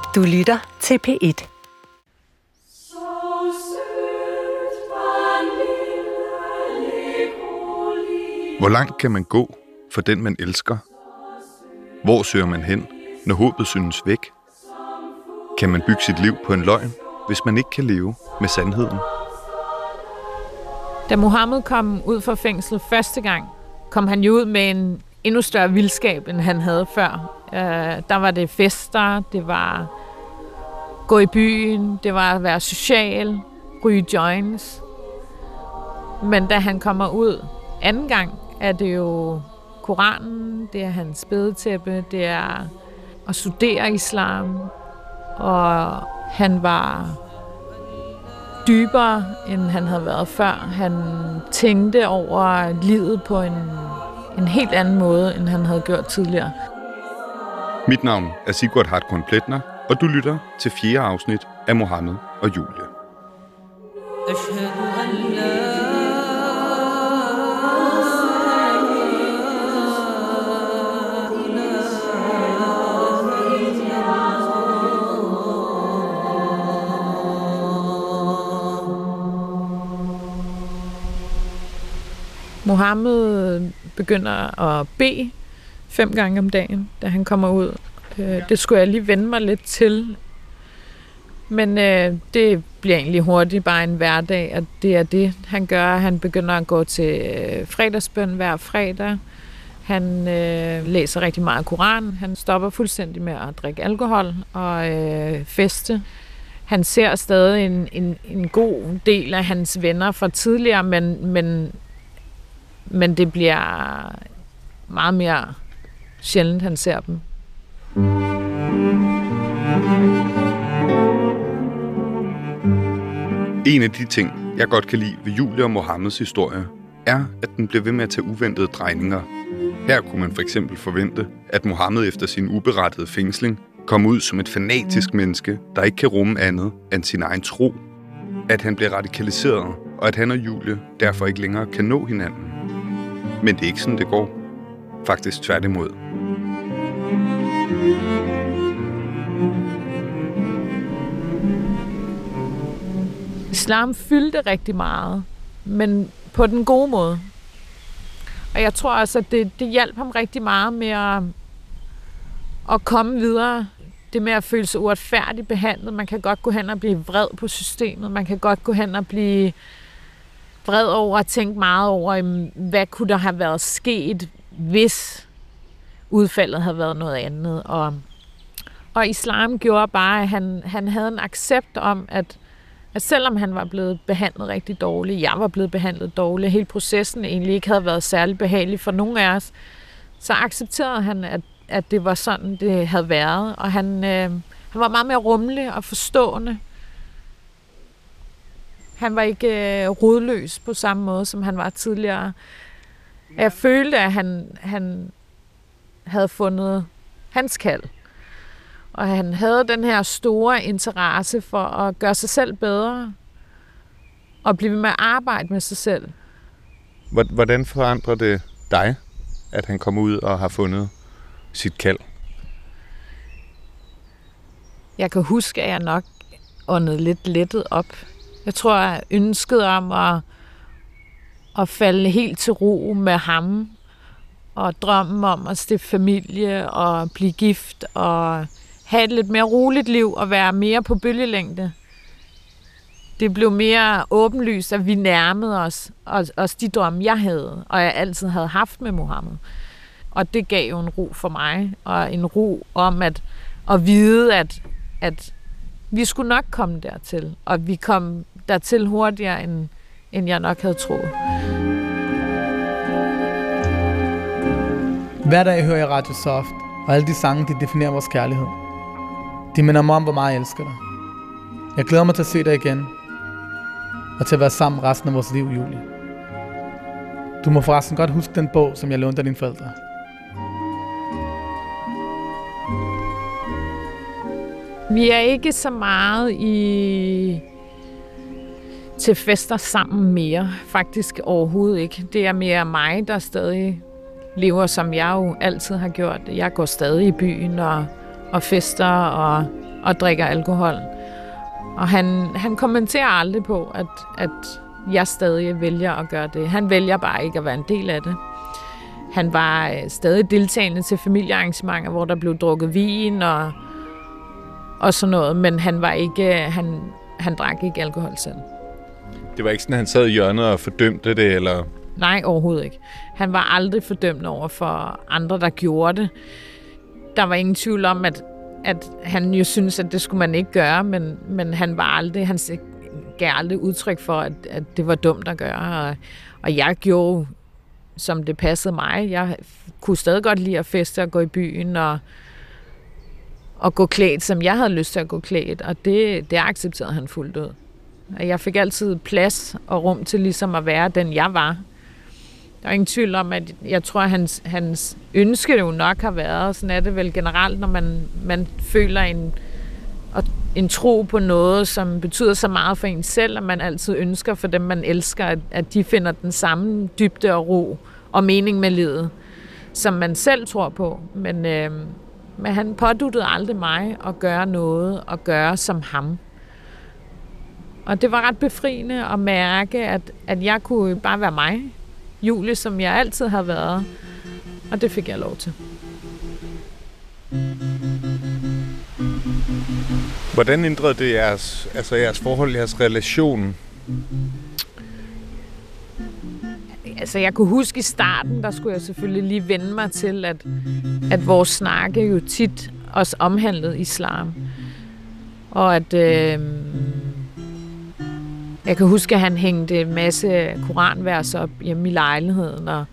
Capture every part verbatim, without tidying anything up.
Du lytter til P et. Hvor langt kan man gå for den, man elsker? Hvor søger man hen, når håbet synes væk? Kan man bygge sit liv på en løgn, hvis man ikke kan leve med sandheden? Da Mohammed kom ud fra fængslet første gang, kom han jo ud med en endnu større vildskab, end han havde før. Uh, der var det fester, det var gå i byen, det var at være social, ryge joints. Men da han kommer ud anden gang, er det jo Koranen, det er hans bedetæppe, det er at studere islam, og han var dybere, end han havde været før. Han tænkte over livet på en, en helt anden måde, end han havde gjort tidligere. Mit navn er Sigurd Hartkorn Pletner, og du lytter til fjerde afsnit af Mohammed og Julie. Mohammed begynder at bede fem gange om dagen, da han kommer ud. Det skulle jeg lige vende mig lidt til. Men øh, det bliver egentlig hurtigt bare en hverdag, og det er det, han gør. Han begynder at gå til øh, fredagsbøn hver fredag. Han øh, læser rigtig meget Koran. Han stopper fuldstændig med at drikke alkohol og øh, feste. Han ser stadig en, en, en god del af hans venner fra tidligere, men, men, men det bliver meget mere sjældent, han ser dem. En af de ting, jeg godt kan lide ved Julie og Mohammeds historie, er, at den bliver ved med at tage uventede drejninger. Her kunne man for eksempel forvente, at Mohammed efter sin uberettede fængsling kom ud som et fanatisk menneske, der ikke kan rumme andet end sin egen tro. At han bliver radikaliseret, og at han og Julie derfor ikke længere kan nå hinanden. Men det er ikke sådan, det går. Faktisk tværtimod. Islam fyldte rigtig meget, men på den gode måde. Og jeg tror også, at det, det hjalp ham rigtig meget med at, at komme videre. Det med at føle sig uretfærdigt behandlet. Man kan godt gå hen og blive vred på systemet. Man kan godt gå hen og blive vred over at tænke meget over, hvad kunne der have været sket, hvis udfaldet havde været noget andet. Og, og islam gjorde bare, at han, han havde en accept om, at at selvom han var blevet behandlet rigtig dårligt, jeg var blevet behandlet dårligt, hele processen egentlig ikke havde været særlig behagelig for nogen af os, så accepterede han, at, at det var sådan, det havde været. Og han, øh, han var meget mere rummelig og forstående. Han var ikke øh, rodløs på samme måde, som han var tidligere. Jeg følte, at han, han havde fundet hans kald. Og han havde den her store interesse for at gøre sig selv bedre. Og blive ved med at arbejde med sig selv. Hvordan forandrer det dig, at han kom ud og har fundet sit kald? Jeg kan huske, at jeg nok åndede lidt lettet op. Jeg tror, jeg ønskede om at, at falde helt til ro med ham. Og drømmen om at stifte familie og blive gift og have et lidt mere roligt liv og være mere på bølgelængde. Det blev mere åbenlyst, at vi nærmede os, og også de drømme, jeg havde, og jeg altid havde haft med Mohammed. Og det gav jo en ro for mig, og en ro om at, at vide, at, at vi skulle nok komme dertil, og vi kom dertil hurtigere, end, end jeg nok havde troet. Hver dag hører jeg Radio Soft, og alle de sange, de definerer vores kærlighed. De minder mig om, hvor meget jeg elsker dig. Jeg glæder mig til at se dig igen, og til at være sammen resten af vores liv, Julie. Du må forresten godt huske den bog, som jeg lånte af dine forældre. Vi er ikke så meget i til fester sammen mere. Faktisk overhovedet ikke. Det er mere mig, der stadig lever, som jeg jo altid har gjort. Jeg går stadig i byen og, og fester og, og drikker alkohol. Og han, han kommenterer aldrig på, at, at jeg stadig vælger at gøre det. Han vælger bare ikke at være en del af det. Han var stadig deltagende til familiearrangementer, hvor der blev drukket vin og, og sådan noget, men han var ikke, han, han drak ikke alkohol selv. Det var ikke sådan, at han sad i hjørnet og fordømte det, eller? Nej, overhovedet ikke. Han var aldrig fordømmende over for andre, der gjorde det. Der var ingen tvivl om, at, at han jo synes, at det skulle man ikke gøre, men, men han var aldrig, han gav aldrig udtryk for, at, at det var dumt at gøre. Og, og jeg gjorde, som det passede mig. Jeg kunne stadig godt lide at feste og gå i byen og, og gå klædt, som jeg havde lyst til at gå klædt. Og det, det accepterede han fuldt ud. Jeg fik altid plads og rum til ligesom at være den, jeg var. Der er ingen tvivl om, at jeg tror, at hans, hans ønske jo nok har været, sådan er det vel generelt, når man, man føler en, en tro på noget, som betyder så meget for en selv, at man altid ønsker for dem, man elsker, at, at de finder den samme dybde og ro og mening med livet, som man selv tror på. Men, øh, men han påduttede aldrig mig at gøre noget og gøre som ham. Og det var ret befriende at mærke, at, at jeg kunne bare være mig, Julie, som jeg altid har været. Og det fik jeg lov til. Hvordan ændrede det jeres, altså jeres forhold, jeres relation? Altså, jeg kunne huske i starten, der skulle jeg selvfølgelig lige vende mig til, at, at vores snakke jo tit også omhandlede islam. Og at... Øh, Jeg kan huske, at han hængte en masse koranvers op hjemme i lejligheden, og,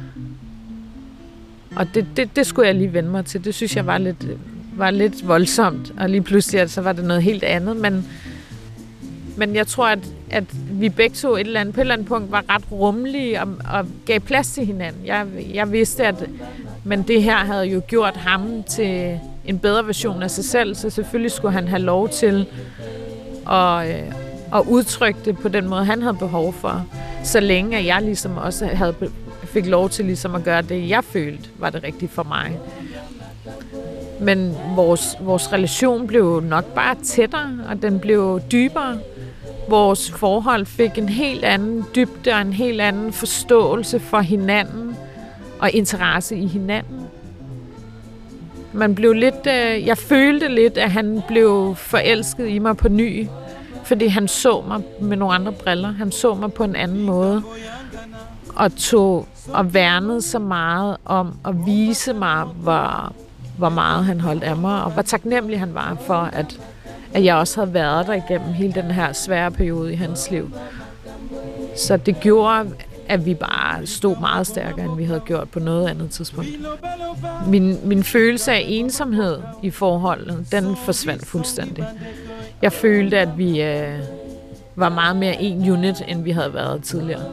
og det, det, det skulle jeg lige vende mig til. Det synes jeg var lidt, var lidt voldsomt, og lige pludselig så var det noget helt andet. Men, men jeg tror, at, at vi begge to et eller andet, på et eller andet punkt var ret rummelige og, og gav plads til hinanden. Jeg, jeg vidste, at men det her havde jo gjort ham til en bedre version af sig selv, så selvfølgelig skulle han have lov til at... og udtrykke det på den måde, han havde behov for, så længe at jeg ligesom også havde, fik lov til ligesom at gøre det, jeg følte var det rigtige for mig. Men vores, vores relation blev nok bare tættere, og den blev dybere. Vores forhold fik en helt anden dybde og en helt anden forståelse for hinanden og interesse i hinanden. Man blev lidt, øh, jeg følte lidt, at han blev forelsket i mig på ny, fordi han så mig med nogle andre briller. Han så mig på en anden måde. Og tog og værnede så meget om at vise mig, hvor, hvor meget han holdt af mig, og hvor taknemmelig han var for, at, at jeg også havde været der igennem hele den her svære periode i hans liv. Så det gjorde, at vi bare stod meget stærkere, end vi havde gjort på noget andet tidspunkt. Min, min følelse af ensomhed i forholdet, den forsvandt fuldstændig. Jeg følte, at vi øh, var meget mere en unit, end vi havde været tidligere.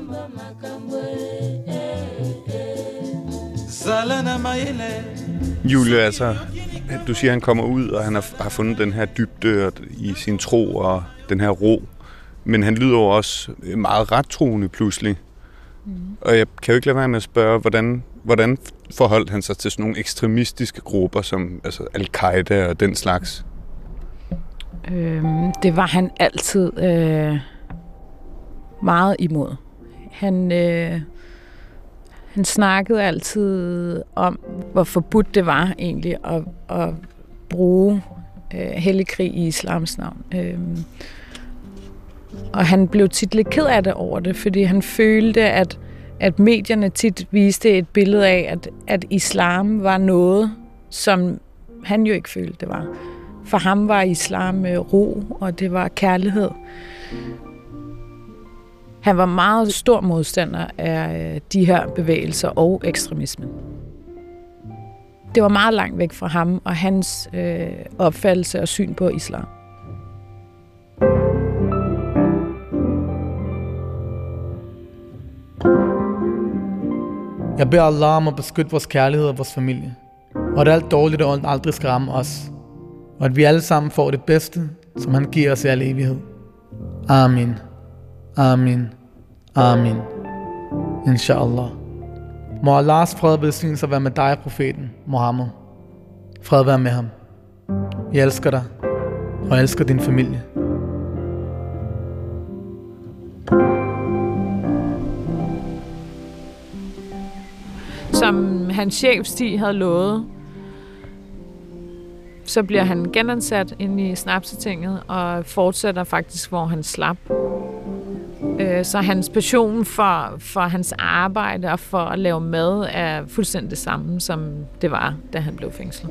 Julie, altså, du siger, at han kommer ud, og han har, har fundet den her dybde i sin tro og den her ro. Men han lyder jo også meget rettroende pludselig. Mm. Og jeg kan jo ikke lade være med at spørge, hvordan, hvordan forholdt han sig til sådan nogle ekstremistiske grupper, som altså Al-Qaida og den slags? Øhm, det var han altid øh, meget imod. Han, øh, han snakkede altid om, hvor forbudt det var egentlig at, at bruge øh, hellig krig i islams navn. Øhm, og han blev tit lidt ked af det over det, fordi han følte, at, at medierne tit viste et billede af, at, at islam var noget, som han jo ikke følte, det var. For ham var islam ro, og det var kærlighed. Han var meget stor modstander af de her bevægelser og ekstremismen. Det var meget langt væk fra ham og hans øh, opfattelse og syn på islam. Jeg beder Allah om at beskytte vores kærlighed og vores familie, og at alt dårligt og ondt aldrig skal ramme os, og at vi alle sammen får det bedste, som han giver os i al evighed. Amin. Amin. Amin. Inshallah. Må Allahs fred og velsignelse være med dig, profeten Muhammed. Fred være med ham. Jeg elsker dig. og elsker din familie. Som hans chef Stig havde lovet, så bliver han genansat inde i Snapstinget og fortsætter faktisk, hvor han slap. Så hans passion for, for hans arbejde og for at lave mad er fuldstændig det samme, som det var, da han blev fængslet.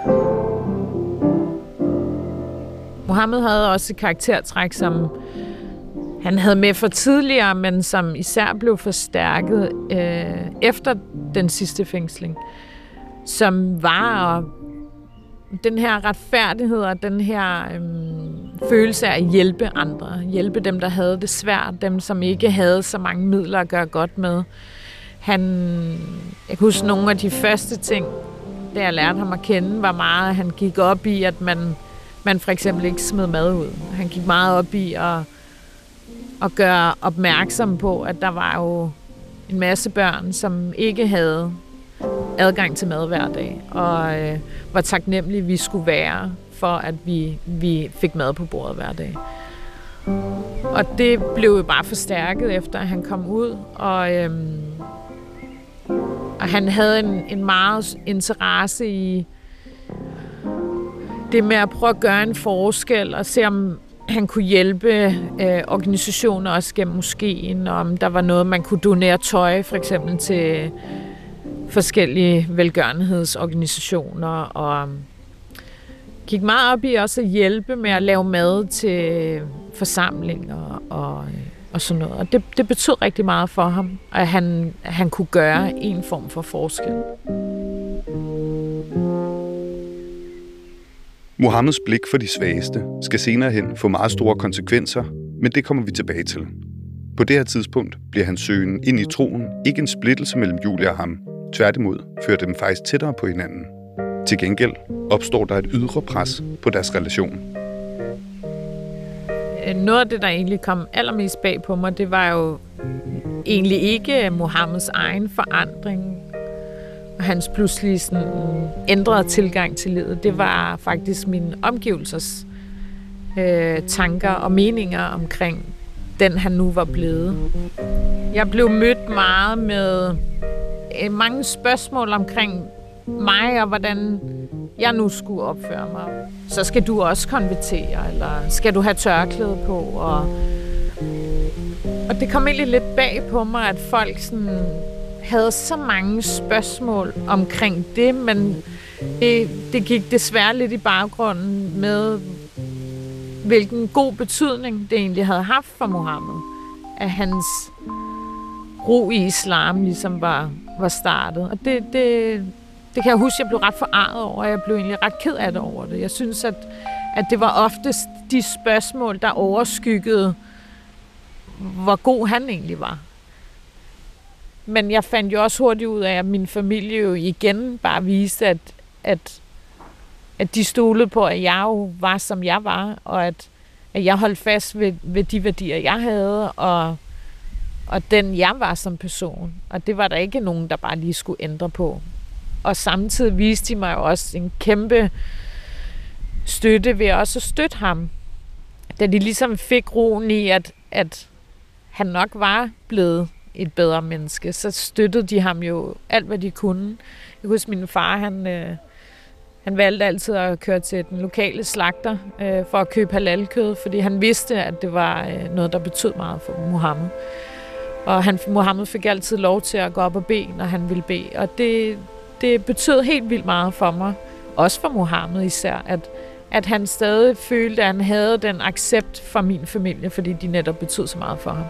Mohammed havde også et karaktertræk, som han havde med for tidligere, men som især blev forstærket øh, efter den sidste fængsling, som var den her retfærdighed og den her øhm, følelse af at hjælpe andre. Hjælpe dem, der havde det svært. Dem, som ikke havde så mange midler at gøre godt med. Han, jeg kan huske, nogle af de første ting, da jeg lærte ham at kende, var meget, at han gik op i, at man, man for eksempel ikke smed mad ud. Han gik meget op i at, at gøre opmærksom på, at der var jo en masse børn, som ikke havde adgang til mad hver dag, og øh, hvor taknemmelige vi skulle være for, at vi, vi fik mad på bordet hver dag. Og det blev jo bare forstærket, efter at han kom ud, og, øhm, og han havde en, en meget interesse i det med at prøve at gøre en forskel, og se om han kunne hjælpe øh, organisationer også gennem moskeen, og om der var noget, man kunne donere tøj, for eksempel til forskellige velgørenhedsorganisationer, og gik meget op i også at hjælpe med at lave mad til forsamlinger og, og sådan noget. Og det, det betød rigtig meget for ham, at han, at han kunne gøre en form for forskel. Mohammeds blik for de svageste skal senere hen få meget store konsekvenser, men det kommer vi tilbage til. På det her tidspunkt bliver hans søgen ind i troen ikke en splittelse mellem Julie og ham. Tværtimod fører dem faktisk tættere på hinanden. Til gengæld opstår der et ydre pres på deres relation. Noget af det, der egentlig kom allermest bag på mig, det var jo egentlig ikke Mohammeds egen forandring og hans pludselig sådan ændrede tilgang til livet. Det var faktisk mine omgivelsers øh, tanker og meninger omkring den, han nu var blevet. Jeg blev mødt meget med øh, mange spørgsmål omkring mig og hvordan jeg nu skulle opføre mig. Så skal du også konvertere, eller skal du have tørklæde på? Og, og det kom egentlig lidt bag på mig, at folk sådan havde så mange spørgsmål omkring det, men det, det gik desværre lidt i baggrunden med, hvilken god betydning det egentlig havde haft for Mohammed, at hans ro i islam ligesom var, var startet. Og det, det, det kan jeg huske, jeg blev ret forarget over, og jeg blev egentlig ret ked af det over det. Jeg synes, at, at det var oftest de spørgsmål, der overskyggede, hvor god han egentlig var. Men jeg fandt jo også hurtigt ud af, at min familie jo igen bare viste, at, at, at de stolede på, at jeg jo var, som jeg var, og at, at jeg holdt fast ved, ved de værdier, jeg havde, og, og den, jeg var som person. Og det var der ikke nogen, der bare lige skulle ændre på. Og samtidig viste de mig også en kæmpe støtte ved også at støtte ham. Da de ligesom fik roen i, at, at han nok var blevet et bedre menneske, så støttede de ham jo alt, hvad de kunne. Jeg kan huske, min far, han, øh, han valgte altid at køre til den lokale slagter øh, for at købe halalkød, fordi han vidste, at det var øh, noget, der betød meget for Mohammed. Og han, Mohammed fik altid lov til at gå op og bede, når han ville bede. Og det, det betød helt vildt meget for mig, også for Mohammed især, at, at han stadig følte, at han havde den accept fra min familie, fordi de netop betød så meget for ham.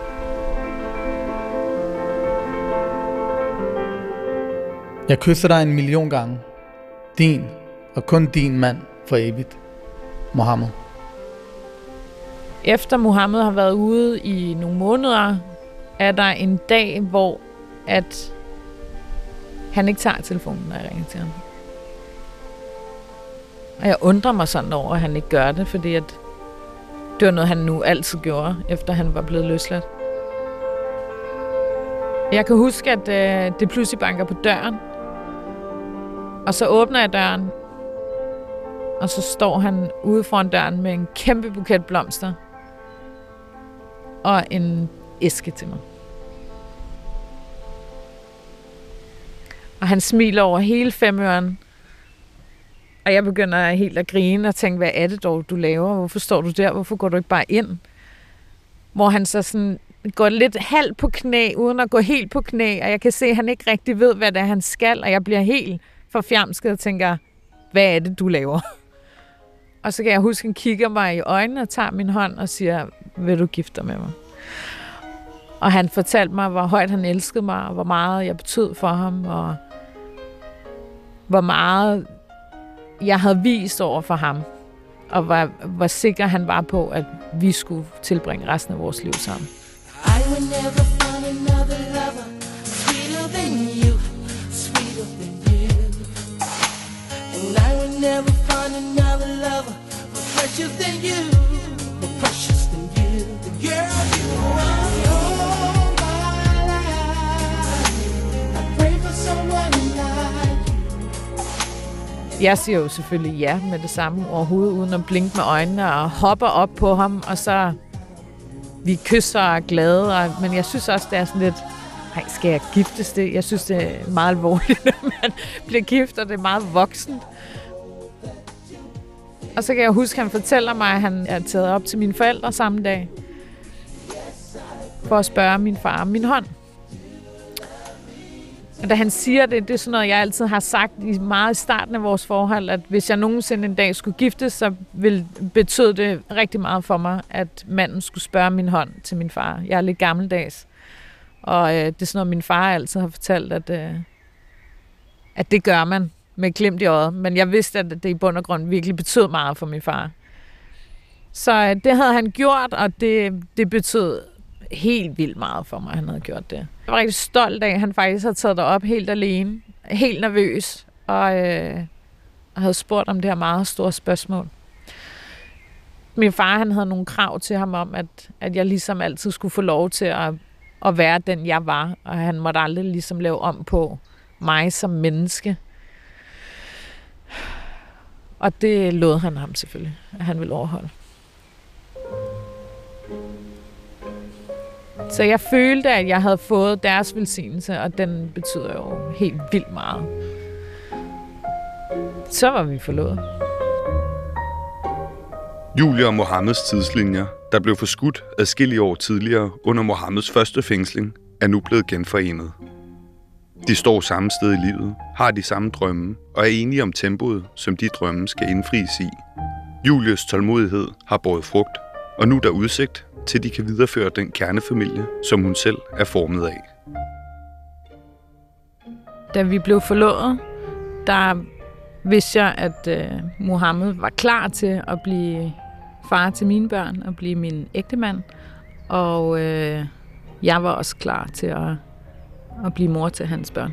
Jeg kysser dig en million gange. Din og kun din mand for evigt. Mohammed. Efter Mohammed har været ude i nogle måneder, er der en dag, hvor at han ikke tager telefonen, når jeg ringer til ham. Og jeg undrer mig sådan over, at han ikke gør det, fordi at det var noget, han nu altid gjorde, efter han var blevet løsladt. Jeg kan huske, at øh, det pludselig banker på døren. Og så åbner jeg døren, Og så står han ude foran døren med en kæmpe buket blomster og en æske til mig. Og han smiler over hele femøren. Og jeg begynder helt at grine og tænke, hvad er det dog, du laver? Hvorfor står du der? Hvorfor går du ikke bare ind? Hvor han så sådan går lidt halvt på knæ, uden at gå helt på knæ. Og jeg kan se, at han ikke rigtig ved, hvad det er, han skal. Og jeg bliver helt forfjamsket og tænker, hvad er det, du laver? Og så kan jeg huske, at han kigger mig i øjnene og tager min hånd og siger, vil du gifte dig med mig? Og han fortalte mig, hvor højt han elskede mig, og hvor meget jeg betød for ham, og hvor meget jeg havde vist over for ham, og hvor, hvor sikker han var på, at vi skulle tilbringe resten af vores liv sammen. I will never find another lover sweeter than you, sweeter than you. And I will never find another lover more precious than you, more precious than you. The girl you are, you're my life. I pray for someone like you. Jeg siger jo selvfølgelig ja med det samme overhovedet, uden at blinke med øjnene, og hopper op på ham, og så vi kysser og er glade, og, men jeg synes også, det er sådan lidt, nej, skal jeg giftes det? Jeg synes, det er meget alvorligt, når man bliver gift, og det er meget voksent. Og så kan jeg huske, at han fortæller mig, at han er taget op til mine forældre samme dag, for at spørge min far om min hånd. Og da han siger det, det er sådan noget, jeg altid har sagt i meget i starten af vores forhold, at hvis jeg nogensinde en dag skulle giftes, så ville betød det rigtig meget for mig, at manden skulle spørge min hånd til min far. Jeg er lidt gammeldags. Og øh, det er sådan noget, min far altid har fortalt, at, øh, at det gør man med glimt i øjet. Men jeg vidste, at det i bund og grund virkelig betød meget for min far. Så øh, det havde han gjort, og det, det betød helt vildt meget for mig, at han havde gjort det. Jeg var rigtig stolt af, at han faktisk havde taget derop helt alene, helt nervøs, og øh, havde spurgt om det her meget store spørgsmål. Min far, han havde nogle krav til ham om, at, at jeg ligesom altid skulle få lov til at, at være den, jeg var, og han måtte aldrig ligesom lave om på mig som menneske. Og det lod han ham selvfølgelig, at han ville overholde. Så jeg følte, at jeg havde fået deres velsignelse, og den betyder jo helt vildt meget. Så var vi forlovet. Julie og Mohammeds tidslinjer, der blev forskudt adskillige år tidligere under Mohammeds første fængsling, er nu blevet genforenet. De står samme sted i livet, har de samme drømme og er enige om tempoet, som de drømme skal indfries i. Julies tålmodighed har båret frugt, og nu er der udsigt til de kan videreføre den kernefamilie, som hun selv er formet af. Da vi blev forlovet, der vidste jeg, at øh, Mohammed var klar til at blive far til mine børn og blive min ægtemand. Og øh, jeg var også klar til at, at blive mor til hans børn.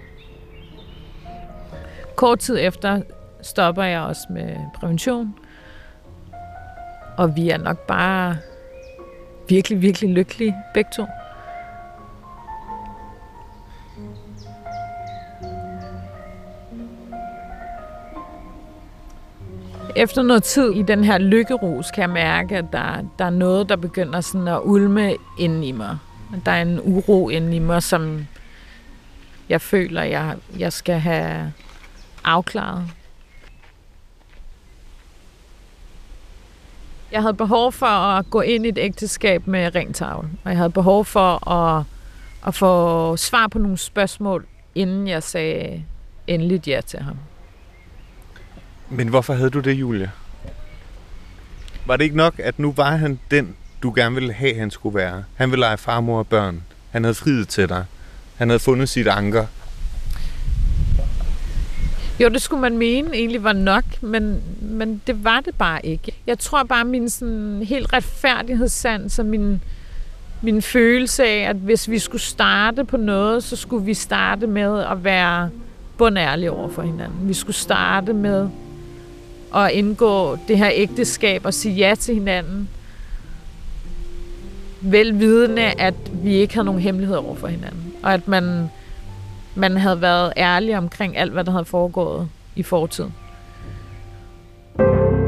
Kort tid efter stopper jeg også med prævention. Og vi er nok bare virkelig, virkelig lykkelige begge to. Efter noget tid i den her lykkerus kan jeg mærke, at der, der er noget, der begynder sådan at ulme inde i mig. Der er en uro inde i mig, som jeg føler, jeg, jeg skal have afklaret. Jeg havde behov for at gå ind i et ægteskab med ren tavle, og jeg havde behov for at, at få svar på nogle spørgsmål, inden jeg sagde endeligt ja til ham. Men hvorfor havde du det, Julie? Var det ikke nok, at nu var han den, du gerne ville have, han skulle være? Han ville lege far, mor og børn. Han havde friet til dig. Han havde fundet sit anker. Jo, det skulle man mene egentlig var nok, men, men det var det bare ikke. Jeg tror bare, min sådan helt retfærdighedssans og min, min følelse af, at hvis vi skulle starte på noget, så skulle vi starte med at være bundærlige over for hinanden. Vi skulle starte med at indgå det her ægteskab og sige ja til hinanden. Velvidende, at vi ikke havde nogen hemmeligheder over for hinanden. Og at man, man havde været ærlig omkring alt, hvad der havde foregået i fortiden.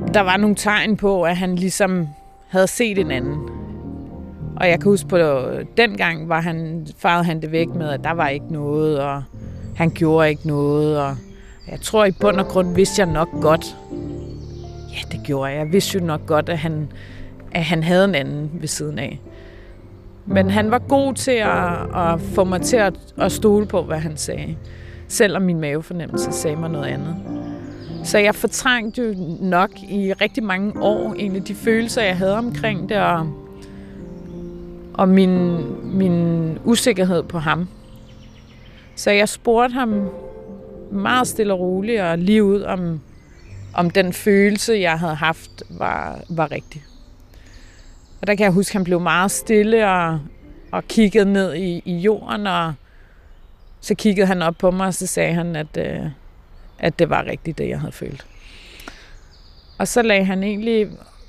der var nogle tegn på, at han ligesom havde set en anden. Og jeg kan huske på, at dengang var han, farede han det væk med, at der var ikke noget, og han gjorde ikke noget. Og jeg tror i bund og grund vidste jeg nok godt. Ja, det gjorde jeg. Jeg vidste jo nok godt, at han, at han havde en anden ved siden af. Men han var god til at, at få mig til at, at stole på, hvad han sagde. Selvom min mavefornemmelse sagde mig noget andet. Så jeg fortrængte jo nok i rigtig mange år egentlig de følelser, jeg havde omkring det, og, og min, min usikkerhed på ham. Så jeg spurgte ham meget stille og roligt og lige ud, om, om den følelse, jeg havde haft, var, var rigtig. Og der kan jeg huske, at han blev meget stille og, og kiggede ned i, i jorden, og så kiggede han op på mig, og så sagde han, at, øh, at det var rigtigt, det jeg havde følt. Og så lagde han egentlig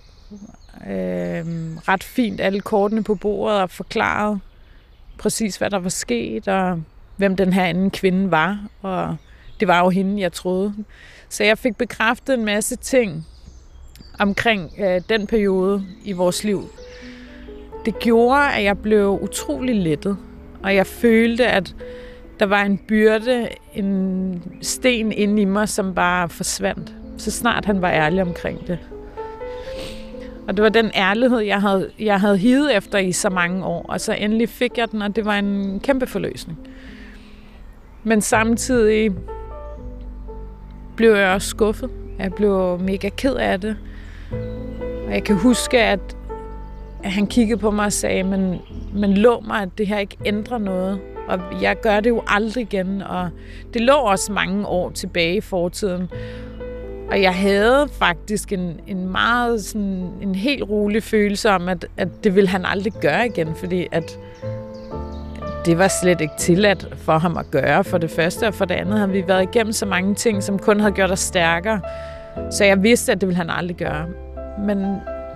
øh, ret fint alle kortene på bordet og forklarede præcis, hvad der var sket, og hvem den her anden kvinde var. Og det var jo hende, jeg troede. Så jeg fik bekræftet en masse ting omkring øh, den periode i vores liv. Det gjorde, at jeg blev utrolig lettet, og jeg følte, at der var en byrde, en sten inde i mig, som bare forsvandt, så snart han var ærlig omkring det. Og det var den ærlighed, jeg havde, jeg havde higet efter i så mange år, og så endelig fik jeg den, og det var en kæmpe forløsning. Men samtidig blev jeg også skuffet. Jeg blev mega ked af det. Og jeg kan huske, at han kiggede på mig og sagde, men, men lov mig, at det her ikke ændrer noget. Og jeg gør det jo aldrig igen. Og det lå også mange år tilbage i fortiden. Og jeg havde faktisk en, en meget sådan, en helt rolig følelse om, at, at det ville han aldrig gøre igen, fordi at det var slet ikke tilladt for ham at gøre, for det første, og for det andet havde vi været igennem så mange ting, som kun havde gjort os stærkere. Så jeg vidste, at det ville han aldrig gøre. Men,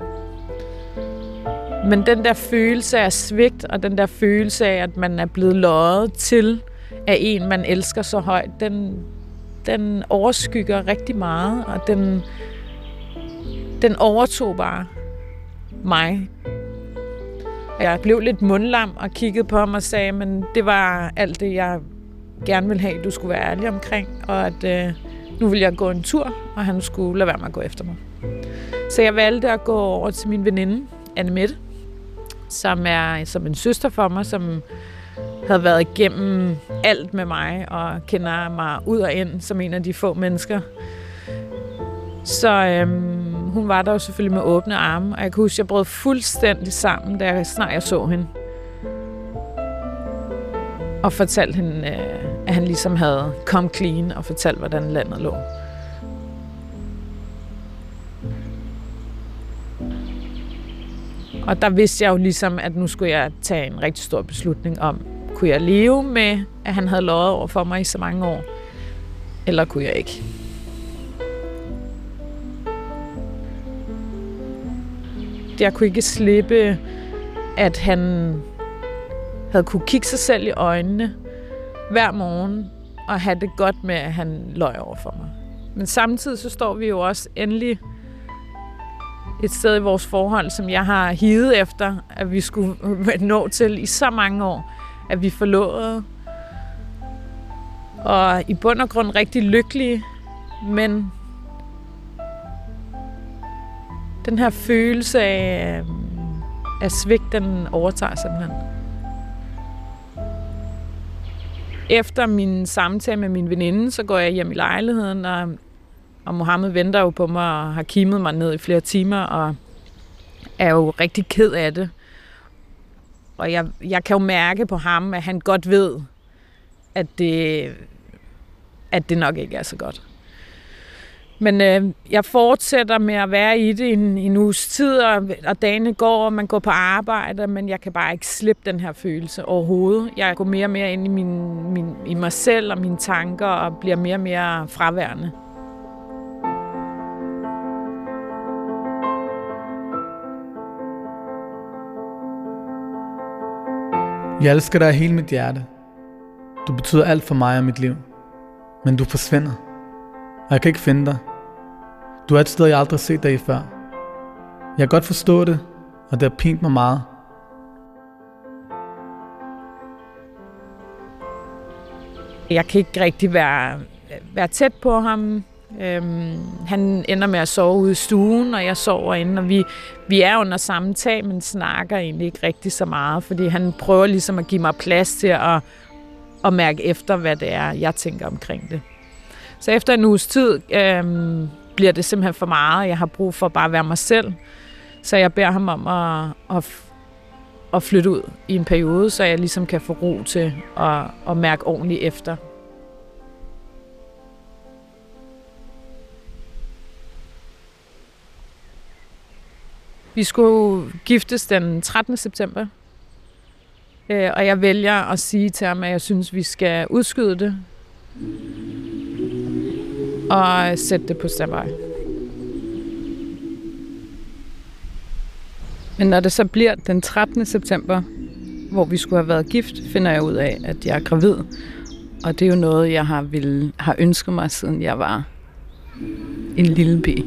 men den der følelse af svigt, og den der følelse af, at man er blevet løjet til af en, man elsker så højt, den, den overskygger rigtig meget, og den, den overtog bare mig. Jeg blev lidt mundlam og kiggede på ham og sagde, men det var alt det, jeg gerne ville have, du skulle være ærlig omkring, og at øh, nu ville jeg gå en tur, og han skulle lade være med at gå efter mig. Så jeg valgte at gå over til min veninde, Annemette, som er som en søster for mig, som havde været igennem alt med mig, og kender mig ud og ind som en af de få mennesker. Så øhm, hun var der jo selvfølgelig med åbne arme, og jeg kan huske, at jeg brød fuldstændig sammen, da jeg snart jeg så hende. Og fortalte hende, øh, at han ligesom havde come clean, og fortalt, hvordan landet lå. Og der vidste jeg jo ligesom, at nu skulle jeg tage en rigtig stor beslutning om, kunne jeg leve med, at han havde løjet over for mig i så mange år, eller kunne jeg ikke? Jeg kunne ikke slippe, at han havde kunne kigge sig selv i øjnene hver morgen og have det godt med, at han løj over for mig. Men samtidig så står vi jo også endelig et sted i vores forhold, som jeg har higet efter, at vi skulle nå til i så mange år, at vi forlod. Og i bund og grund rigtig lykkelige, men den her følelse af, af svigt, den overtager simpelthen. Efter min samtale med min veninde, så går jeg hjem i lejligheden, og, og Mohammed venter jo på mig og har kimet mig ned i flere timer, og er jo rigtig ked af det. Og jeg, jeg kan jo mærke på ham, at han godt ved, at det, at det nok ikke er så godt. Men øh, jeg fortsætter med at være i det en, en uges tid, og, og dagene går, og man går på arbejde, men jeg kan bare ikke slippe den her følelse overhovedet. Jeg går mere og mere ind i, min, min, i mig selv og mine tanker, og bliver mere og mere fraværende. Jeg elsker dig af hele mit hjerte. Du betyder alt for mig og mit liv. Men du forsvinder, og jeg kan ikke finde dig. Du er et sted, jeg aldrig har set dig i før. Jeg kan godt forstå det, og det har pint mig meget. Jeg kan ikke rigtig være, være tæt på ham. Øhm, han ender med at sove ude i stuen, og jeg sover inde, og vi, vi er under samme tag, men snakker egentlig ikke rigtig så meget, fordi han prøver ligesom at give mig plads til at, at mærke efter, hvad det er, jeg tænker omkring det. Så efter en uges tid øhm, bliver det simpelthen for meget. Jeg har brug for bare at være mig selv, så jeg beder ham om at, at, at flytte ud i en periode, så jeg ligesom kan få ro til at, at mærke ordentligt efter. Vi skulle giftes den trettende september, og jeg vælger at sige til ham, at jeg synes, vi skal udskyde det og sætte det på standby. Men når det så bliver den trettende september, hvor vi skulle have været gift, finder jeg ud af, at jeg er gravid. Og det er jo noget, jeg har, ville, har ønsket mig, siden jeg var en lille pige.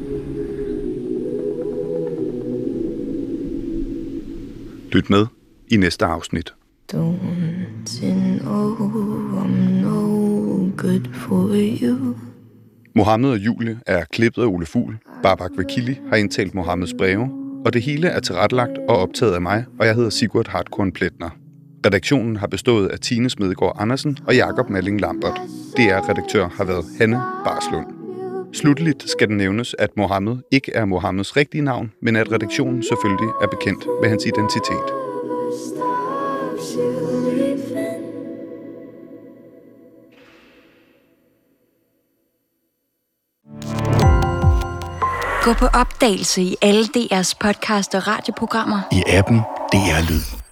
Lyt med i næste afsnit. Don't know I'm no good for you. Mohammed og Julie er klippet af Ole Fugl. Babak Vakili har indtalt Mohammeds breve, og det hele er tilrettelagt og optaget af mig, og jeg hedder Sigurd Hartkorn Pletner. Redaktionen har bestået af Tine Smedegaard Andersen og Jakob Malling Lambert. D R-redaktør har været Hanne Barslund. Slutteligt skal det nævnes, at Mohammed ikke er Mohammeds rigtige navn, men at redaktionen selvfølgelig er bekendt med hans identitet. Gå på opdagelse i alle D R's podcast og radioprogrammer. I appen D R Lyd.